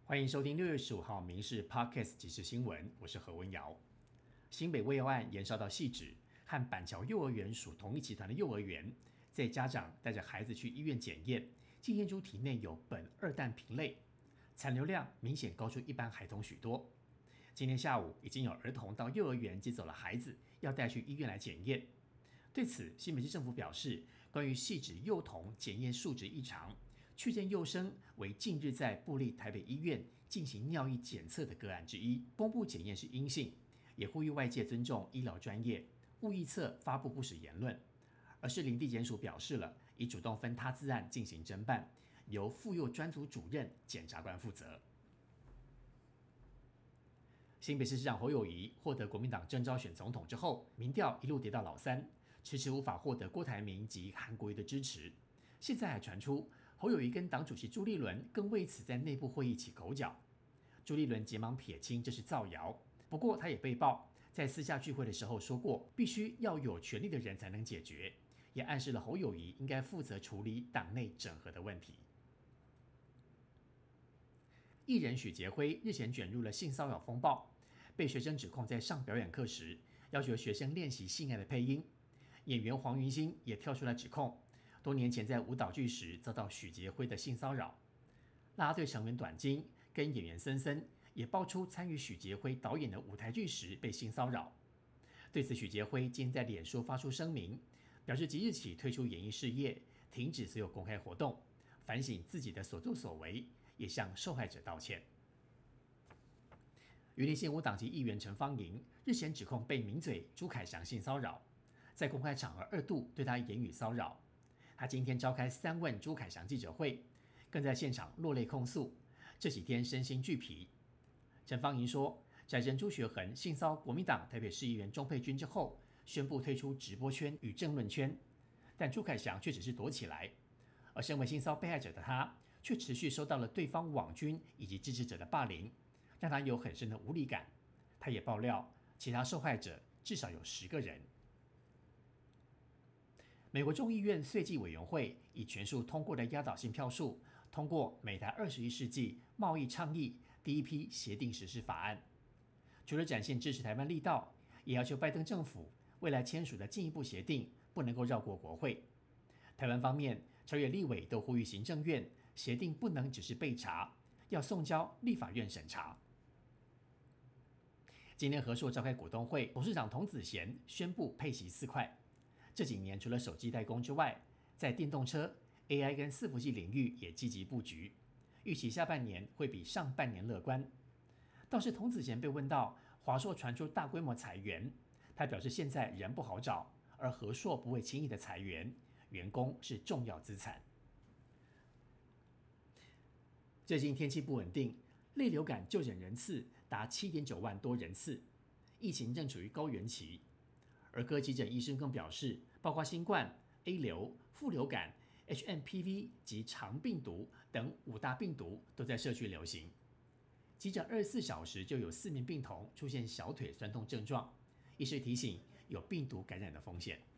欢迎收听6月15号民视 Podcast 即时新闻，我是何文瑶。新北胃药案延烧到汐止，和板桥幼儿园属同一集团的幼儿园，在家长带着孩子去医院检验，竟验出体内有苯二氮平类，残留量明显高出一般孩童许多。今天下午已经有儿童到幼儿园接走了孩子，要带去医院来检验。对此，新北市政府表示，关于汐止幼童检验数值异常，确诊幼生为近日在部立台北医院进行尿液检测的个案之一，公布检验是阴性，也呼吁外界尊重医疗专业，勿臆测发布不实言论。而是林地检署表示了，已主动分他自案进行侦办，由妇幼专组主任检察官负责。新北市市长侯友宜获得国民党征召选总统之后，民调一路跌到老三，迟迟无法获得郭台铭及韩国瑜的支持。现在还传出侯友宜跟党主席朱立伦更为此在内部会议起口角，朱立伦急忙撇清这是造谣。不过他也被曝在私下聚会的时候说过，必须要有权力的人才能解决，也暗示了侯友宜应该负责处理党内整合的问题。艺人许杰辉日前卷入了性骚扰风暴，被学生指控在上表演课时要求学生练习性爱的配音。演员黄云欣也跳出来指控，多年前在舞蹈剧时遭到许杰辉的性骚扰。啦啦队成员短金跟演员森森也爆出参与许杰辉导演的舞台剧时被性骚扰。对此，许杰辉今天在脸书发出声明，表示即日起退出演艺事业，停止所有公开活动，反省自己的所作所为，也向受害者道歉。云林县无党籍议员陈芳莹日前指控被名嘴朱凯翔性骚扰，在公开场合2度对他言语骚扰。他今天召开3问朱凯翔记者会，更在现场落泪控诉，这几天身心俱疲。陈芳莹说，宅神朱学恒性骚国民党台北市议员钟佩君之后，宣布退出直播圈与政论圈，但朱凯翔却只是躲起来，而身为性骚被害者的他，却持续收到了对方网军以及支持者的霸凌，让他有很深的无力感。他也爆料，其他受害者至少有10个人。美国众议院税计委员会以全数通过的压倒性票数，通过美台21世纪贸易倡议第一批协定实施法案。除了展现支持台湾力道，也要求拜登政府未来签署的进一步协定不能够绕过国会。台湾方面，朝野立委都呼吁行政院协定不能只是备查，要送交立法院审查。今天和硕召开股东会，董事长童子贤宣布配息4块。这几年除了手机代工之外，在电动车、AI 跟伺服器领域也积极布局，预期下半年会比上半年乐观。倒是童子贤被问到华硕传出大规模裁员，他表示现在人不好找，而和硕不会轻易的裁员，员工是重要资产。最近天气不稳定，类流感就诊人次达7.9万多人次，疫情正处于高原期。儿科急诊医生更表示，包括新冠、A 流、副流感、HMPV 及肠病毒等5大病毒都在社区流行。急诊24小时就有4名病童出现小腿酸痛症状，医师提醒有病毒感染的风险。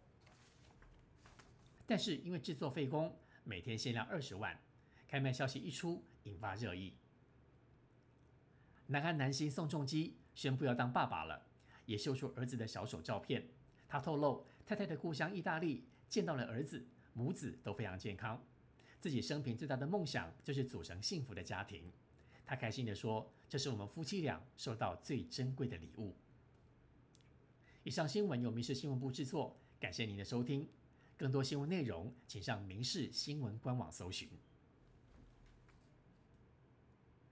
但是因为制作费工，每天限量20万，开卖消息一出，引发热议。南韩男星宋仲基宣布要当爸爸了，也秀出儿子的小手照片。他透露，太太的故乡意大利见到了儿子，母子都非常健康。自己生平最大的梦想就是组成幸福的家庭。他开心地说：“这是我们夫妻俩收到最珍贵的礼物。”以上新闻由民视新闻部制作，感谢您的收听。更多新闻内容，请上民视新闻官网搜寻。